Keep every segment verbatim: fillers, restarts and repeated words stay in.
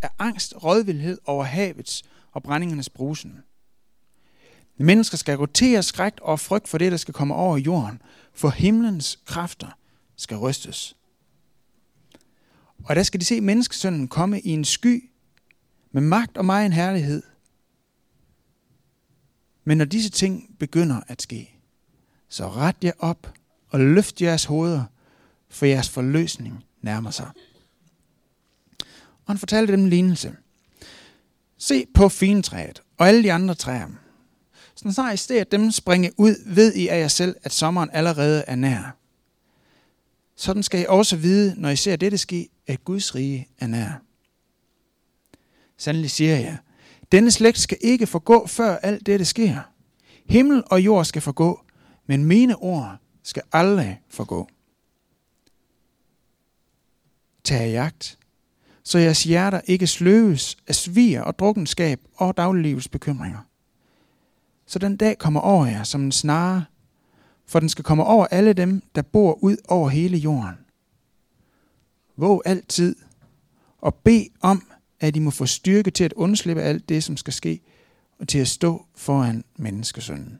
af angst, rådvildhed over havets og brændingernes brusen. Mennesker skal rotere skrækt og frygt for det, der skal komme over jorden, for himlens kræfter skal rystes. Og der skal de se menneskesønnen komme i en sky med magt og megen herlighed. Men når disse ting begynder at ske, så ret jer op og løft jeres hoveder, for jeres forløsning nærmer sig. Og han fortalte dem en lignelse. Se på fintræet og alle de andre træer. Så snart I ser dem springe ud, ved I af jer selv, at sommeren allerede er nær. Sådan skal I også vide, når I ser dette ske, at Guds rige er nær. Sandelig siger jeg, denne slægt skal ikke forgå, før alt dette sker. Himmel og jord skal forgå, men mine ord skal aldrig forgå. Tag jagt, så jeres hjerter ikke sløves af svir og drukkenskab og dagliglivets bekymringer. Så den dag kommer over jer som en snare, for den skal komme over alle dem, der bor ud over hele jorden. Våg altid og bed om, at I må få styrke til at undslippe alt det, som skal ske, og til at stå foran menneskesønnen.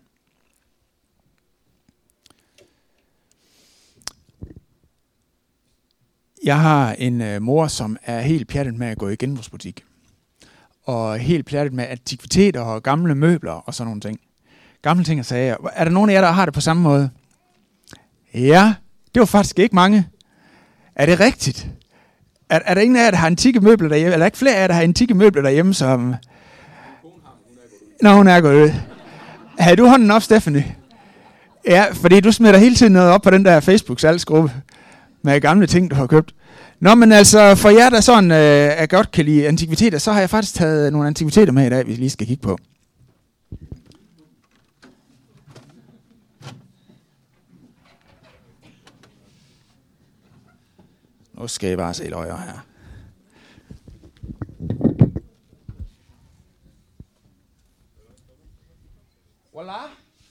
Jeg har en øh, mor, som er helt pjattet med at gå i genbrugsbutik. Og helt pjattet med antikviteter og gamle møbler og sådan nogle ting. Gamle ting og sager. Er der nogen af jer, der har det på samme måde? Ja, det var faktisk ikke mange. Er det rigtigt? Er, er der ingen af jer, der har antikke møbler derhjemme? Eller er ikke flere af jer, der har antikke møbler derhjemme, som... Nå, hun er gået ud. Havde du hånden op, Stephanie? Ja, fordi du smider hele tiden noget op på den der Facebook-salgsgruppe med gamle ting, du har købt. Nå, men altså, for jer, der sådan øh, er godt kan lide antikviteter, så har jeg faktisk taget nogle antikviteter med i dag, vi lige skal kigge på. Nu skal jeg bare se løjer her. Voilà.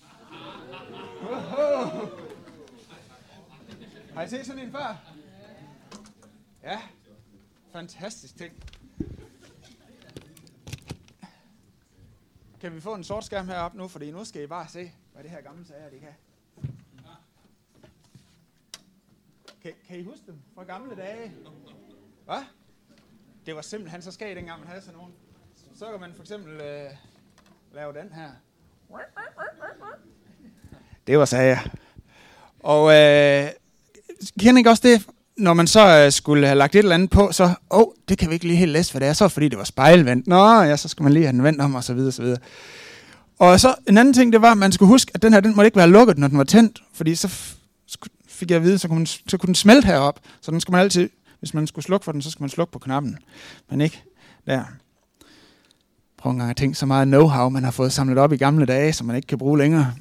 Wow. Har I set sådan en før? Ja, fantastisk ting. Kan vi få en sort skærm heroppe nu, fordi nu skal I bare se, hvad det her gamle sager, det kan. Kan, kan I huske dem fra gamle dage? Hvad? Det var simpelthen så skægt, dengang man havde sådan nogen. Så kan man for eksempel øh, lave den her. Det var sager. Og øh, kender ikke også det, når man så øh, skulle have lagt et eller andet på, så, åh, oh, det kan vi ikke lige helt læse, hvad det er, så fordi det var spejlvendt. Nå, ja, så skal man lige have den vendt om, og så videre, så videre. Og så en anden ting, det var, at man skulle huske, at den her, den måtte ikke være lukket, når den var tændt, fordi så f- fik jeg at vide, så kunne, man, så kunne den smelte herop. Så den skulle man altid, hvis man skulle slukke for den, så skulle man slukke på knappen. Men ikke der. Prøv en gang at tænke så meget know-how, man har fået samlet op i gamle dage, som man ikke kan bruge længere.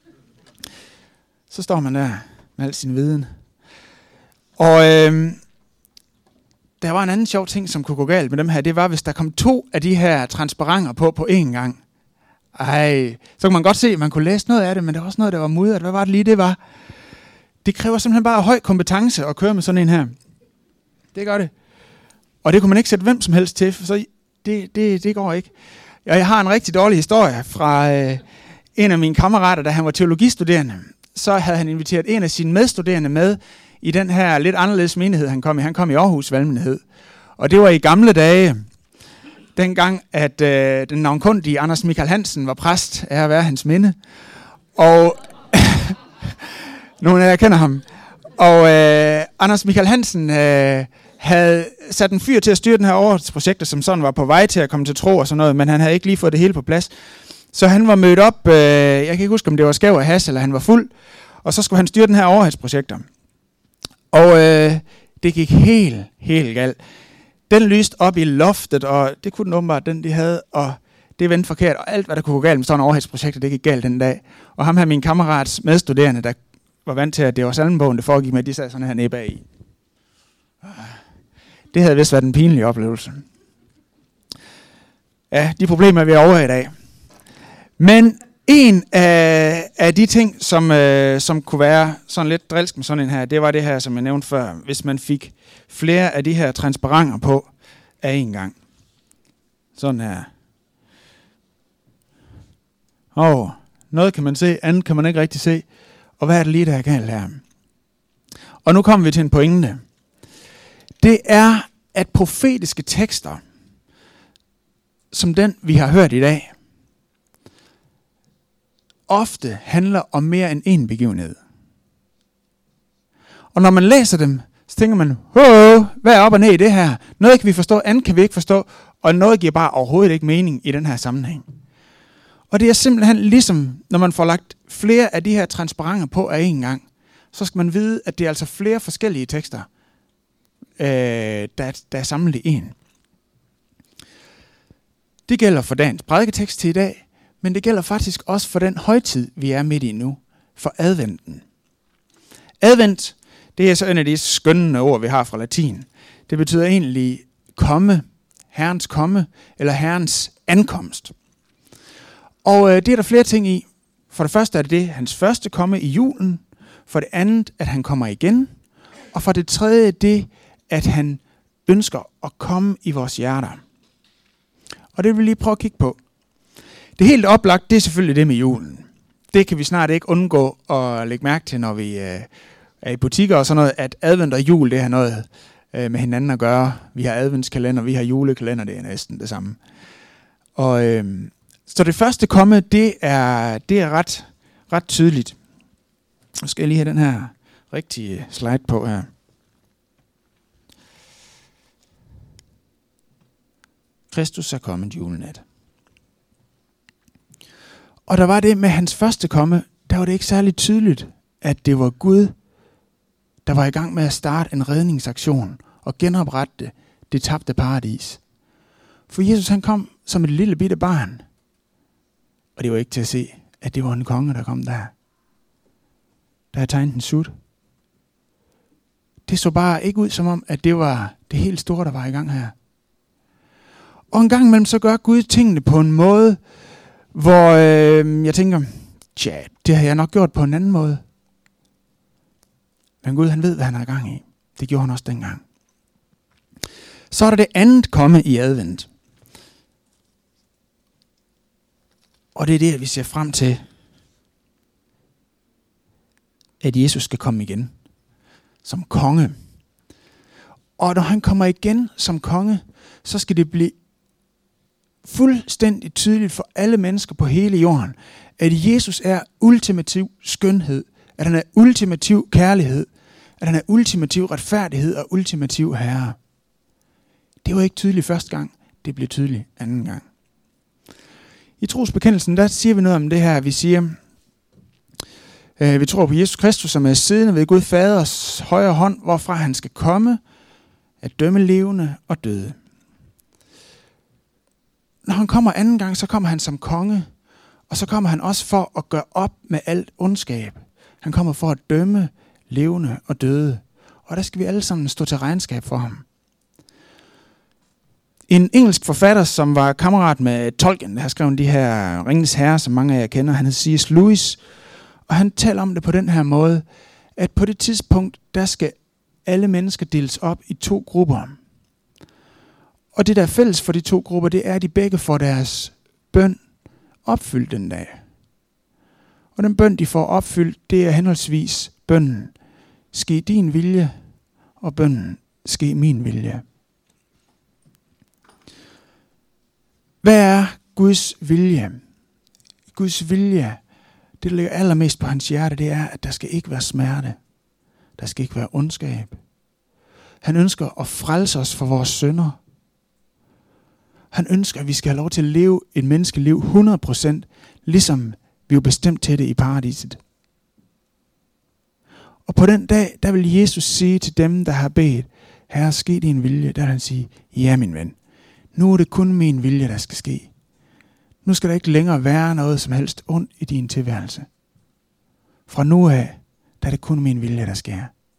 Så står man der med al sin viden. Og øh, der var en anden sjov ting, som kunne gå galt med dem her. Det var, hvis der kom to af de her transparenter på på én gang. Ej, så kunne man godt se, at man kunne læse noget af det, men der var også noget, der var mudret. Hvad var det lige, det var? Det kræver simpelthen bare høj kompetence at køre med sådan en her. Det gør det. Og det kunne man ikke sætte hvem som helst til, for så det, det, det går ikke. Jeg har en rigtig dårlig historie fra øh, en af mine kammerater, da han var teologistuderende. Så havde han inviteret en af sine medstuderende med i den her lidt anderledes menighed, han kom i. Han kom i Aarhus Valgmenighed. Og det var i gamle dage, dengang at øh, den navnkundige Anders Michael Hansen var præst, af at være hans minde. Og nogle af jer kender ham. Og øh, Anders Michael Hansen øh, havde sat en fyr til at styre den her overhedsprojekter, som sådan var på vej til at komme til tro og sådan noget, men han havde ikke lige fået det hele på plads. Så han var mødt op, øh, jeg kan ikke huske, om det var skæv af has, eller han var fuld, og så skulle han styre den her overhedsprojekter. Og øh, det gik helt, helt galt. Den lyste op i loftet, og det kunne den åbenbart, den de havde, og det vendte forkert, og alt, hvad der kunne gå galt med sådan en overhedsprojekter, det gik galt den dag. Og ham her, min kammerats medstuderende, der var vant til, at det var salmebogen, det foregik med, de sad sådan her nede bag i. Det havde vist været en pinlig oplevelse. Ja, de problemer er vi over i dag. Men en af, af de ting, som, øh, som kunne være sådan lidt drilsk med sådan en her, det var det her, som jeg nævnte før, hvis man fik flere af de her transparenter på af en gang. Sådan her. Og noget kan man se, andet kan man ikke rigtig se. Og hvad er det lige, der er galt her? Og nu kommer vi til en pointe. Det er, at profetiske tekster, som den vi har hørt i dag, ofte handler om mere end én begivenhed. Og når man læser dem, så tænker man, Åh, hvad er op og ned i det her? Noget kan vi forstå, andet kan vi ikke forstå, og noget giver bare overhovedet ikke mening i den her sammenhæng. Og det er simpelthen ligesom, når man får lagt flere af de her transparenter på af en gang, så skal man vide, at det er altså flere forskellige tekster, øh, der, der er samlet i en. Det gælder for dagens prædiketekst til i dag, men det gælder faktisk også for den højtid, vi er midt i nu, for adventen. Advent, det er så en af de skønne ord, vi har fra latin. Det betyder egentlig komme, Herrens komme, eller Herrens ankomst. Og øh, det er der flere ting i. For det første er det det, hans første komme i julen. For det andet, at han kommer igen. Og for det tredje, det, at han ønsker at komme i vores hjerter. Og det vil vi lige prøve at kigge på. Det helt oplagt, det er selvfølgelig det med julen. Det kan vi snart ikke undgå at lægge mærke til, når vi øh, er i butikker og sådan noget, at advent og jul, det har noget øh, med hinanden at gøre. Vi har adventskalender, vi har julekalender, det er næsten det samme. Og øh, så det første komme, det er, det er ret, ret tydeligt. Nu skal jeg lige have den her rigtige slide på her. Kristus er kommet julenat. Og der var det med hans første komme, der var det ikke særlig tydeligt, at det var Gud, der var i gang med at starte en redningsaktion og genoprette det tabte paradis. For Jesus han kom som et lille bitte barn. Og det var ikke til at se, at det var en konge, der kom der. Der er tegnet en sut. Det så bare ikke ud som om, at det var det helt store, der var i gang her. Og en gang imellem så gør Gud tingene på en måde, hvor øh, jeg tænker, tja, det har jeg nok gjort på en anden måde. Men Gud han ved, hvad han er i gang i. Det gjorde han også dengang. Så er der det andet komme i advent. Og det er det, vi ser frem til, at Jesus skal komme igen som konge. Og når han kommer igen som konge, så skal det blive fuldstændig tydeligt for alle mennesker på hele jorden, at Jesus er ultimativ skønhed, at han er ultimativ kærlighed, at han er ultimativ retfærdighed og ultimativ herre. Det var ikke tydeligt første gang, det blev tydeligt anden gang. I trosbekendelsen, der siger vi noget om det her. Vi siger, øh, vi tror på Jesus Kristus, som er siddende ved Gud Faders højre hånd, hvorfra han skal komme at dømme levende og døde. Når han kommer anden gang, så kommer han som konge, og så kommer han også for at gøre op med alt ondskab. Han kommer for at dømme levende og døde. Og der skal vi alle sammen stå til regnskab for ham. En engelsk forfatter, som var kammerat med Tolkien, der har skrevet de her Ringenes Herre, som mange af jer kender, han hedder C S Lewis, og han taler om det på den her måde, at på det tidspunkt, der skal alle mennesker deles op i to grupper. Og det, der er fælles for de to grupper, det er, at de begge får deres bøn opfyldt den dag. Og den bøn, de får opfyldt, det er henholdsvis bønnen, ske din vilje, og bønnen, ske min vilje. Hvad er Guds vilje? Guds vilje, det der ligger allermest på hans hjerte, det er, at der skal ikke være smerte. Der skal ikke være ondskab. Han ønsker at frelse os for vores synder. Han ønsker, at vi skal have lov til at leve et menneskeliv hundrede procent, ligesom vi er bestemt til det i paradiset. Og på den dag, der vil Jesus sige til dem, der har bedt, Herre, ske din vilje, der vil han sige, ja min ven, nu er det kun min vilje, der skal ske. Nu skal der ikke længere være noget som helst ondt i din tilværelse. Fra nu af, der er det kun min vilje, der sker.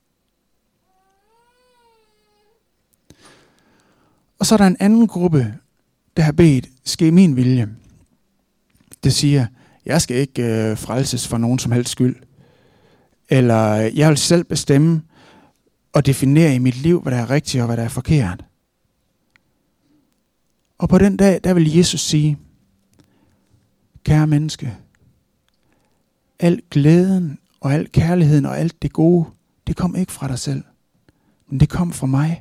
Og så er der en anden gruppe, der har bedt, ske min vilje. Det siger, jeg skal ikke øh, frelses for nogen som helst skyld. Eller jeg vil selv bestemme og definere i mit liv, hvad der er rigtigt og hvad der er forkert. Og på den dag, der vil Jesus sige, kære menneske, al glæden og al kærligheden og alt det gode, det kom ikke fra dig selv, men det kom fra mig.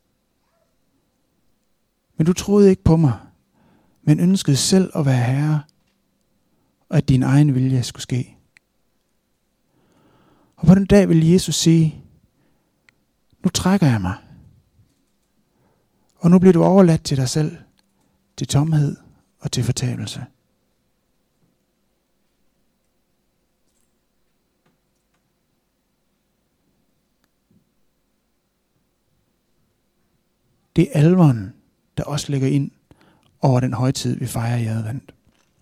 Men du troede ikke på mig, men ønskede selv at være herre, og at din egen vilje skulle ske. Og på den dag vil Jesus sige, nu trækker jeg mig, og nu bliver du overladt til dig selv, til tomhed og til fortabelse. Det er alvoren, der også ligger ind over den højtid, vi fejrer i advent.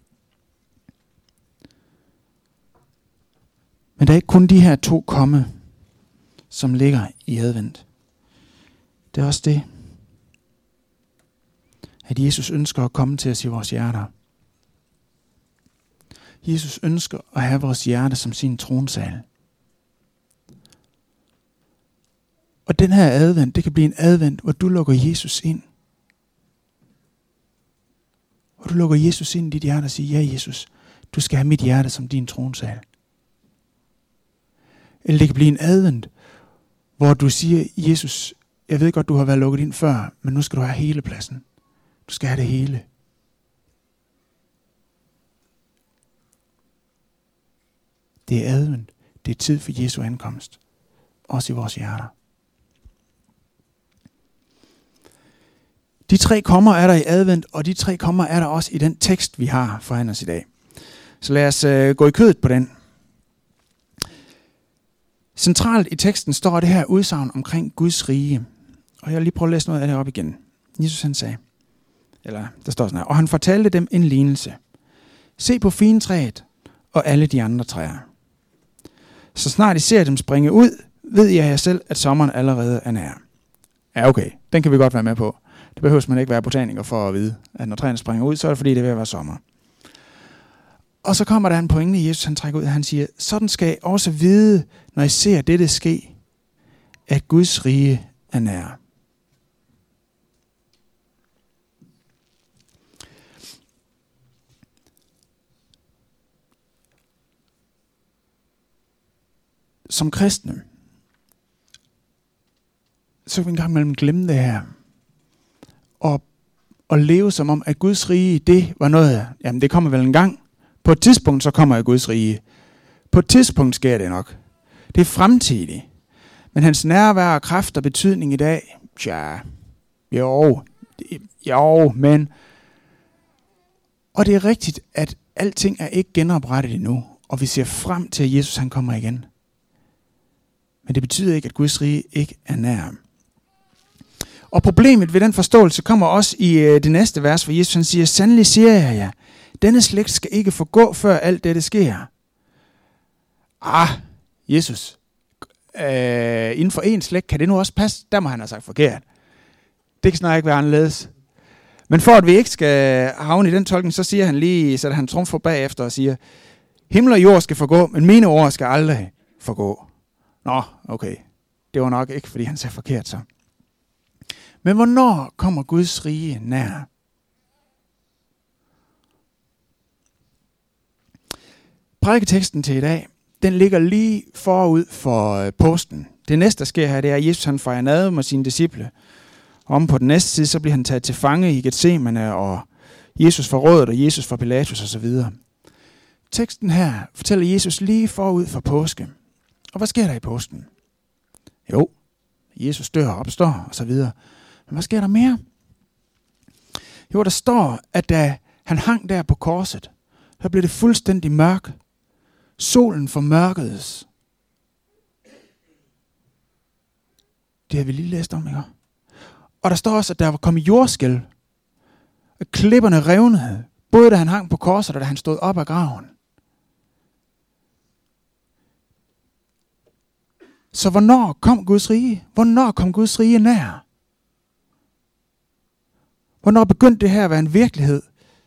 Men der er ikke kun de her to komme, som ligger i advent. Det er også det, at Jesus ønsker at komme til os i vores hjerter. Jesus ønsker at have vores hjerte som sin tronsal. Og den her advent, det kan blive en advent, hvor du lukker Jesus ind. Hvor du lukker Jesus ind i dit hjerte og siger, ja Jesus, du skal have mit hjerte som din tronsal. Eller det kan blive en advent, hvor du siger, Jesus, jeg ved godt, du har været lukket ind før, men nu skal du have hele pladsen. Du skal have det hele. Det er advent. Det er tid for Jesu ankomst. Også i vores hjerter. De tre kommer er der i advent, og de tre kommer er der også i den tekst, vi har foran os i dag. Så lad os øh, gå i kødet på den. Centralt i teksten står det her udsagn omkring Guds rige. Og jeg vil lige prøve at læse noget af det op igen. Jesus han sagde, eller der står sådan her, og han fortalte dem en lignelse. Se på fintræet og alle de andre træer. Så snart I ser dem springe ud, ved jeg jer selv, at sommeren allerede er nær. Ja, okay, den kan vi godt være med på. Det behøver man ikke være botaniker for at vide, at når træerne springer ud, så er det fordi, det er ved at være sommer. Og så kommer der en pointe, Jesus han trækker ud, og han siger, sådan skal I også vide, når I ser dette ske, at Guds rige er nær. Som kristne, så kan vi engang mellem glemme det her. Og, og leve som om, at Guds rige, det var noget, jamen det kommer vel en gang. På et tidspunkt, så kommer Guds rige. På et tidspunkt sker det nok. Det er fremtidigt. Men hans nærvær og kraft og betydning i dag, tja, jo, jo, men. Og det er rigtigt, at alting er ikke genoprettet endnu, og vi ser frem til, at Jesus han kommer igen. Men det betyder ikke, at Guds rige ikke er nær. Og problemet ved den forståelse kommer også i øh, det næste vers, hvor Jesus han siger, sandelig siger jeg jer, denne slægt skal ikke forgå, før alt dette sker. Ah, Jesus, øh, inden for en slægt, kan det nu også passe? Der må han have sagt forkert. Det kan snart ikke være anderledes. Men for at vi ikke skal havne i den tolkning, så siger han lige, så han trumfer bagefter og siger, himmel og jord skal forgå, men mine ord skal aldrig forgå. Nå, okay. Det var nok ikke, fordi han sagde forkert så. Men hvornår kommer Guds rige nær? Prædiketeksten til i dag, den ligger lige forud for påsken. Det næste, der sker her, det er, at Jesus han fejrer nadver med sine disciple. Om på den næste side, så bliver han taget til fange i Getsemane, og Jesus for rådet, og Jesus for Pilatus osv. Teksten her fortæller Jesus lige forud for påske. Og hvad sker der i påsken? Jo, Jesus dør og opstår osv. Men hvad sker der mere? Jo, der står, at da han hang der på korset, så blev det fuldstændig mørk. Solen formørkedes. Det har vi lige læst om, ikke? Og der står også, at der var kommet jordskælv. At klipperne revnede, både da han hang på korset, og da han stod op af graven. Så hvornår kom Guds rige? Hvornår kom Guds rige nær? Hvornår begyndte det her at være en virkelighed?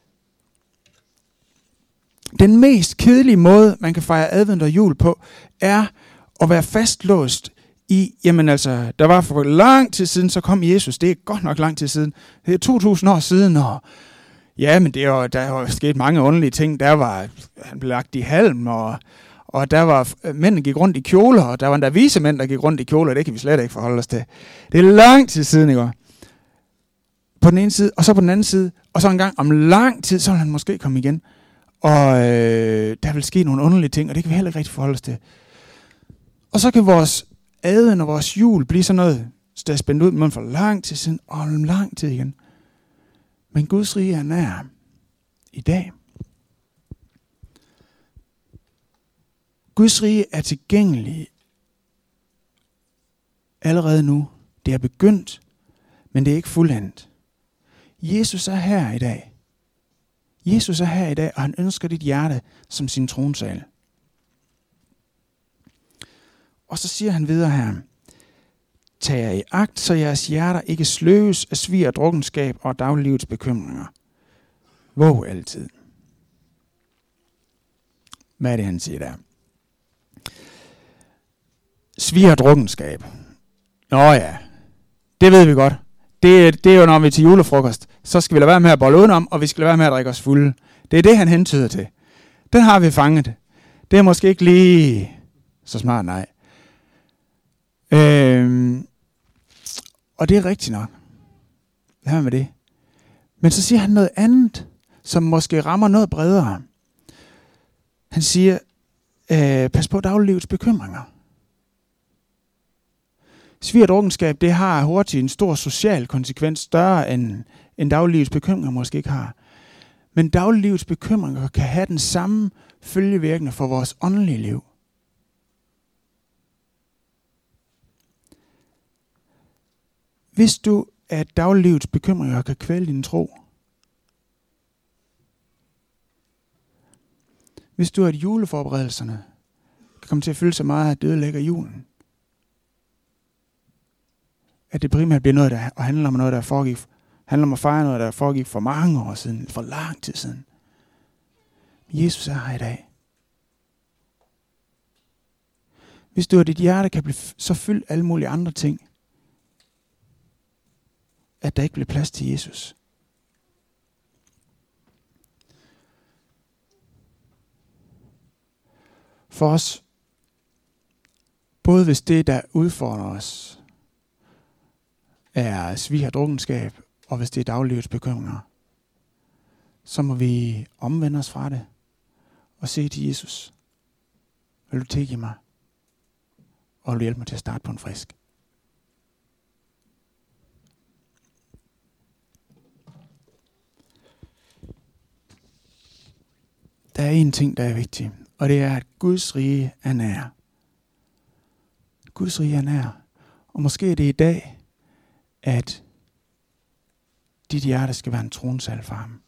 Den mest kedelige måde, man kan fejre advent og jul på, er at være fastlåst i, jamen altså, der var for lang tid siden, så kom Jesus. Det er godt nok lang tid siden. Det er to tusind år siden, og ja, men det er jo, der er jo sket mange underlige ting. Der var, han blev lagt i halm, og, og der var mænd, der gik rundt i kjoler, og der var endda vise mænd, der gik rundt i kjoler. Det kan vi slet ikke forholde os til. Det er lang tid siden, ikke? På den ene side, og så på den anden side, og så en gang om lang tid, så vil han måske komme igen. Og øh, der vil ske nogle underlige ting, og det kan vi heller ikke rigtig forholde os til. Og så kan vores advent og vores jul blive sådan noget, der er spændt ud med for lang tid siden, og om lang tid igen. Men Guds rige er nær i dag. Guds rige er tilgængelig allerede nu. Det er begyndt, men det er ikke fuldendt. Jesus er her i dag. Jesus er her i dag, og han ønsker dit hjerte som sin tronsal. Og så siger han videre her: tag jer i agt, så jeres hjerter ikke sløves af svig og drukkenskab og dagliglivets bekymringer. Våg altid. Hvad er det, han siger der? Svig og drukkenskab. Nå ja, det ved vi godt. Det, det er jo, når vi er til julefrokost, så skal vi lade være med at bolle udenom, og vi skal lade være med at drikke os fulde. Det er det, han hentyder til. Den har vi fanget. Det er måske ikke lige så smart, nej. Øhm, og det er rigtigt nok. Lad med det. Men så siger han noget andet, som måske rammer noget bredere. Han siger, øh, pas på dagliglivets bekymringer. Svig og drukkenskab, det har hurtigt en stor social konsekvens, større end, end dagliglivets bekymringer måske ikke har. Men dagliglivets bekymringer kan have den samme følgevirkning for vores åndelige liv. Hvis du at dagliglivets bekymringer kan kvæle din tro, hvis du at juleforberedelserne kan komme til at føle så meget, at det ødelægger julen, at det primært bliver noget, der og handler om noget, der foregik, handler om at fejre noget, der foregik for mange år siden, for lang tid siden. Jesus er her i dag. Hvis du at dit hjerte kan blive så fyldt alle mulige andre ting, at der ikke bliver plads til Jesus. For os, både hvis det, der udfordrer os, er svig og drukkenskab, og hvis det er dagliglivets bekymringer, så må vi omvende os fra det og se til Jesus. Vil du tilgive mig? Og vil du hjælpe mig til at starte på en frisk? Der er en ting, der er vigtig, og det er, at Guds rige er nær. Guds rige er nær. Og måske er det i dag, at dit hjerte skal være en tronsal for ham.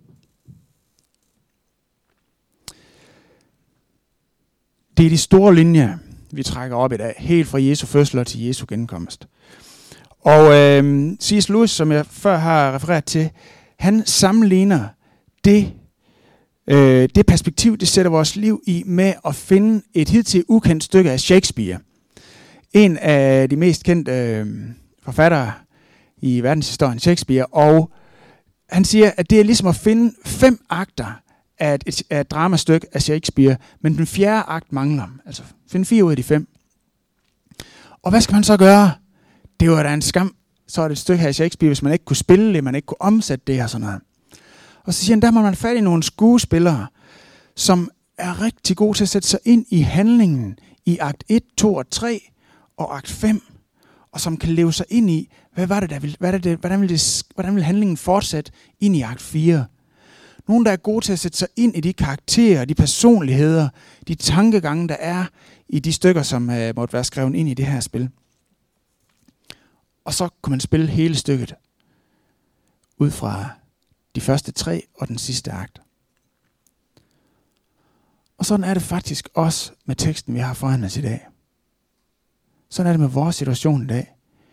Det er de store linjer, vi trækker op i dag, helt fra Jesu fødsel til Jesu genkomst. Og øh, C S Lewis, som jeg før har refereret til, han sammenligner det, øh, det perspektiv, det sætter vores liv i, med at finde et hidtil ukendt stykke af Shakespeare. En af de mest kendte øh, forfattere i verdenshistorien, Shakespeare, og han siger, at det er ligesom at finde fem akter af et, af et dramastykke af Shakespeare, men den fjerde akt mangler. Altså finde fire ud af de fem. Og hvad skal man så gøre? Det var da en skam. Så er det et stykke her af Shakespeare, hvis man ikke kunne spille det, man ikke kunne omsætte det her sådan noget. Og så siger han, der må man fat i nogle skuespillere, som er rigtig gode til at sætte sig ind i handlingen i akt et, to og tre og akt fem, og som kan leve sig ind i, hvad var det, der vil, hvad er det, hvordan, vil det, hvordan vil handlingen fortsætte ind i akt fire. Nogen, der er gode til at sætte sig ind i de karakterer, de personligheder, de tankegange, der er i de stykker, som uh, måtte være skrevet ind i det her spil. Og så kan man spille hele stykket ud fra de første tre og den sidste akt. Og sådan er det faktisk også med teksten, vi har foran os i dag. Sådan er det med vores situation i dag.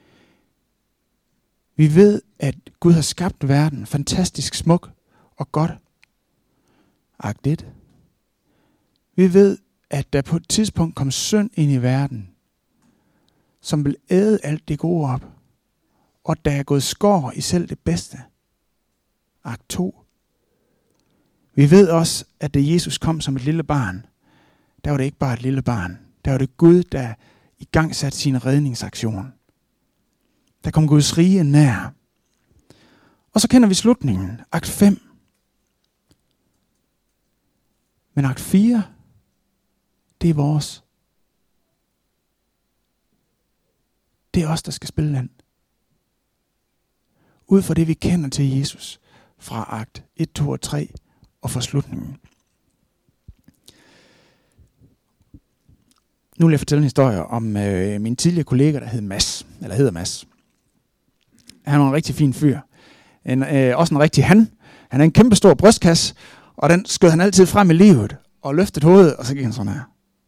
Vi ved, at Gud har skabt verden fantastisk smuk og godt. Akt et. Vi ved, at der på et tidspunkt kom synd ind i verden. som vil æde alt det gode op, og der er gået skår i selv det bedste. Akt to. Vi ved også, at da Jesus kom som et lille barn, der var det ikke bare et lille barn. Der var det Gud, der i gang satte sin redningsaktion. Der kom Guds rige nær. Og så kender vi slutningen. Akt fem. Men akt fire, det er vores. Det er os, der skal spille den. Ud fra det, vi kender til Jesus fra akt et, to og tre og fra slutningen. Nu vil jeg fortælle en historie om øh, min tidligere kollega, der hed Mads, eller hedder Mads. Han var en rigtig fin fyr. En, øh, også en rigtig han. Han er en kæmpe stor brystkasse, og den skød han altid frem i livet, og løftede hovedet, og så gik han sådan her.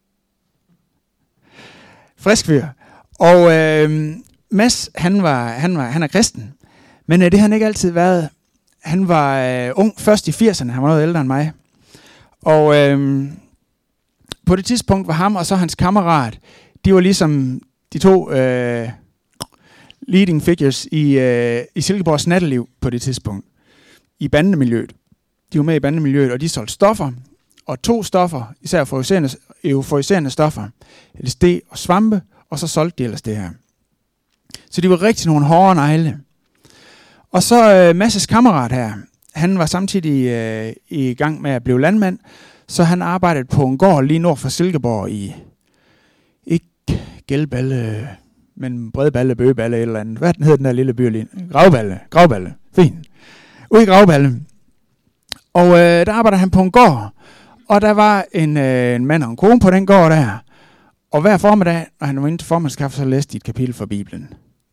Frisk fyr. Og øh, Mads, han, var, han, var, han er kristen, men øh, det har han ikke altid været. Han var øh, ung, først i firserne, han var noget ældre end mig. Og øh, på det tidspunkt var ham og så hans kammerat, de var ligesom de to øh, leading figures i, øh, i Silkeborgs natteliv på det tidspunkt. I bandemiljøet. De var med i bandemiljøet, og de solgte stoffer. Og to stoffer, især euforiserende, euforiserende stoffer. L S D og svampe, og så solgte de ellers det her. Så de var rigtig nogle hårde negle. Og så øh, Masses kammerat her, han var samtidig øh, i gang med at blive landmand, så han arbejdede på en gård lige nord for Silkeborg i, ikke Gælballe, men Bredballe, Bøgeballe eller andet. Hvad hedder den der lille by lige? Gravballe, Gravballe, fint. Ude i Gravballe. Og øh, der arbejdede han på en gård, og der var en, øh, en mand og en kone på den gård der. Og hver formiddag, når han var inde til formandskaffe, så læste de et kapitel fra Bibelen.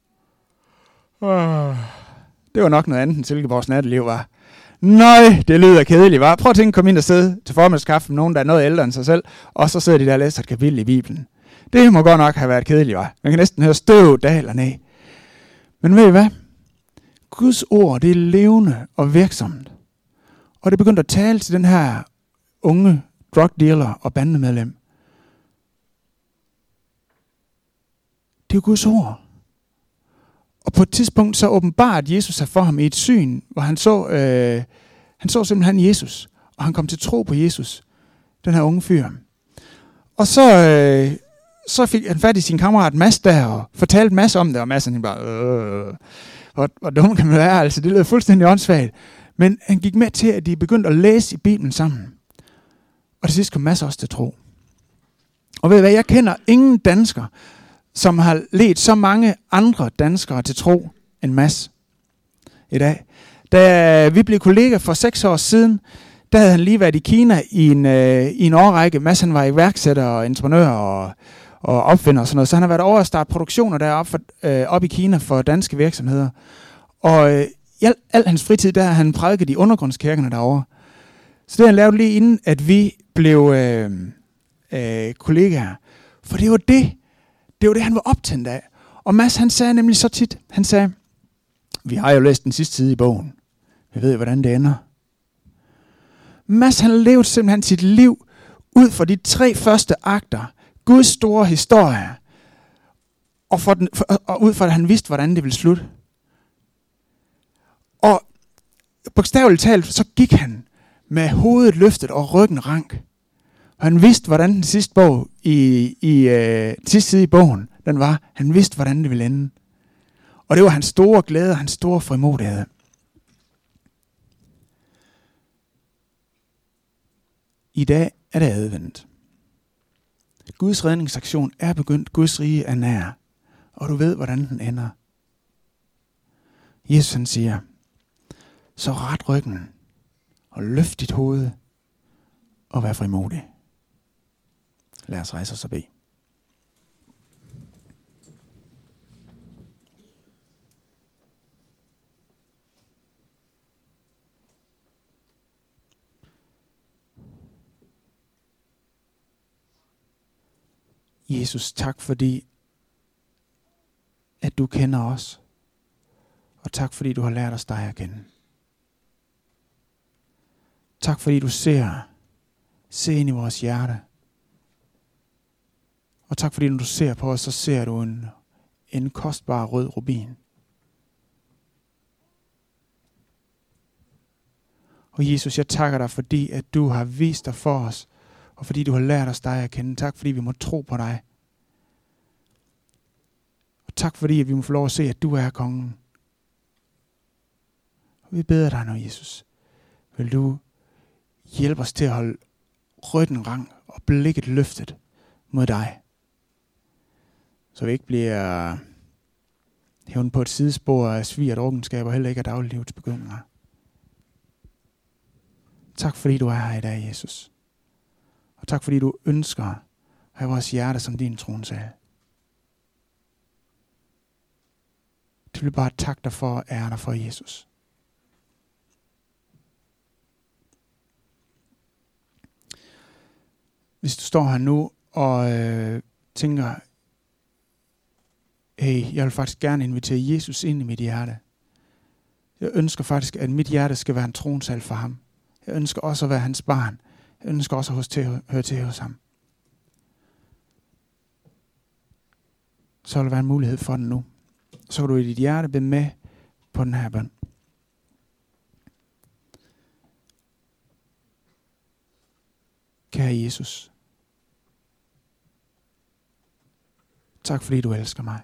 Uh, det var nok noget andet, end Silkeborgs natteliv var. Nøj, det lyder kedeligt, var. Prøv at tænke, kom ind og sidde til formandskaffe med nogen, der er noget ældre end sig selv, og så sidder de der og læser et kapitel i Bibelen. Det må godt nok have været kedeligt, var. Man kan næsten høre støv daler ned. Men ved I hvad? Guds ord, det er levende og virksomt. Og det begyndte at tale til den her unge drug dealer og bandemedlem. Det er jo Guds ord. Og på et tidspunkt så åbenbart Jesus sig for ham i et syn, hvor han så, øh, han så simpelthen Jesus, og han kom til tro på Jesus, den her unge fyr. Og så, øh, så fik han fat i sin kammerat Mads der, og fortalte en masse om det, og Mads han bare, øh, hvor, hvor dum kan man være, altså det lød fuldstændig åndssvagt. Men han gik med til, at de begyndte at læse i Bibelen sammen. Og til sidst kom Mads også til tro. Og ved I hvad, jeg kender ingen dansker, som har ledt så mange andre danskere til tro end Mads i dag. Da vi blev kolleger for seks år siden, der havde han lige været i Kina i en, øh, i en årrække. Mads han var iværksætter og entreprenør og, og opfinder og sådan noget, så han har været over at starte produktioner deroppe for, øh, op i Kina for danske virksomheder. Og øh, i al, al hans fritid, der har han prædiket i undergrundskirkerne derovre. Så det har han lavet lige inden, at vi blev øh, øh, kollegaer. For det var det, Det var det, han var optændt af. Og Mads, han sagde nemlig så tit, han sagde, vi har jo læst den sidste side i bogen. Vi ved, hvordan det ender. Mads, han levede simpelthen sit liv ud fra de tre første akter. Guds store historie. Og, for den, for, og ud fra, at han vidste, hvordan det ville slutte. Og bogstaveligt talt, så gik han med hovedet løftet og ryggen rank. Og han vidste, hvordan den sidste bog i, i øh, sidste side i bogen, den var. Han vidste, hvordan det ville ende. Og det var hans store glæde og hans store frimodighed. I dag er det advent. Guds redningsaktion er begyndt. Guds rige er nær. Og du ved, hvordan den ender. Jesus han siger, så ret ryggen og løft dit hoved og vær frimodig. Lad os rejse os og bede. Jesus, tak fordi, at du kender os. Og tak fordi du har lært os dig at kende. Tak fordi du ser, ser ind i vores hjerte. Og tak fordi når du ser på os, så ser du en, en kostbar rød rubin. Og Jesus, jeg takker dig, fordi at du har vist dig for os, og fordi du har lært os dig at kende. Tak, fordi vi må tro på dig. Og tak, fordi at vi må få lov at se, at du er kongen. Og vi beder dig nu, Jesus. Vil du hjælpe os til at holde ryggen rang og blikket løftet mod dig. Så vi ikke bliver hævnet på et sidespor af svig og drukkenskab og heller ikke af dagliglivets begyndninger. Tak fordi du er her i dag, Jesus. Og tak fordi du ønsker at have vores hjerte som din tronsal. Det vil bare takke dig for og ære dig for, Jesus. Hvis du står her nu og øh, tænker, hey, jeg vil faktisk gerne invitere Jesus ind i mit hjerte. Jeg ønsker faktisk, at mit hjerte skal være en tronsal for ham. Jeg ønsker også at være hans barn. Jeg ønsker også at hos til, høre til hos ham. Så vil der være en mulighed for den nu. Så kan du i dit hjerte bede med på den her bøn. Kære Jesus. Tak fordi du elsker mig.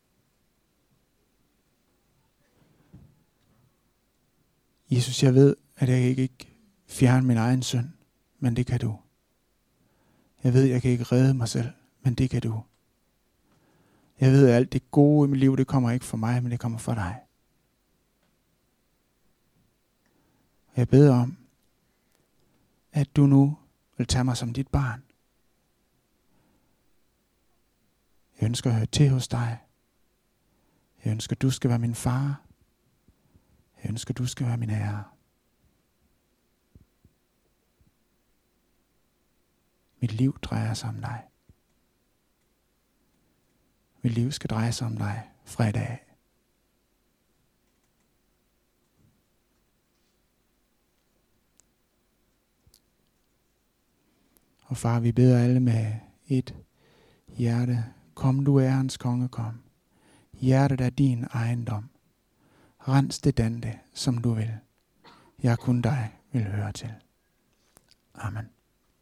Jesus, jeg ved, at jeg ikke kan fjerne min egen synd, men det kan du. Jeg ved, at jeg kan ikke redde mig selv, men det kan du. Jeg ved, at alt det gode i mit liv, det kommer ikke fra mig, men det kommer fra dig. Jeg beder om, at du nu vil tage mig som dit barn. Jeg ønsker at høre til hos dig. Jeg ønsker, at du skal være min far. Jeg ønsker, at du skal være min herre. Mit liv drejer sig om dig. Mit liv skal dreje sig om dig fra i dag. Og far, vi beder alle med et hjerte. Kom du ærens konge, kom. Hjertet er din ejendom. Rens det dante, som du vil. Jeg kun dig vil høre til. Amen.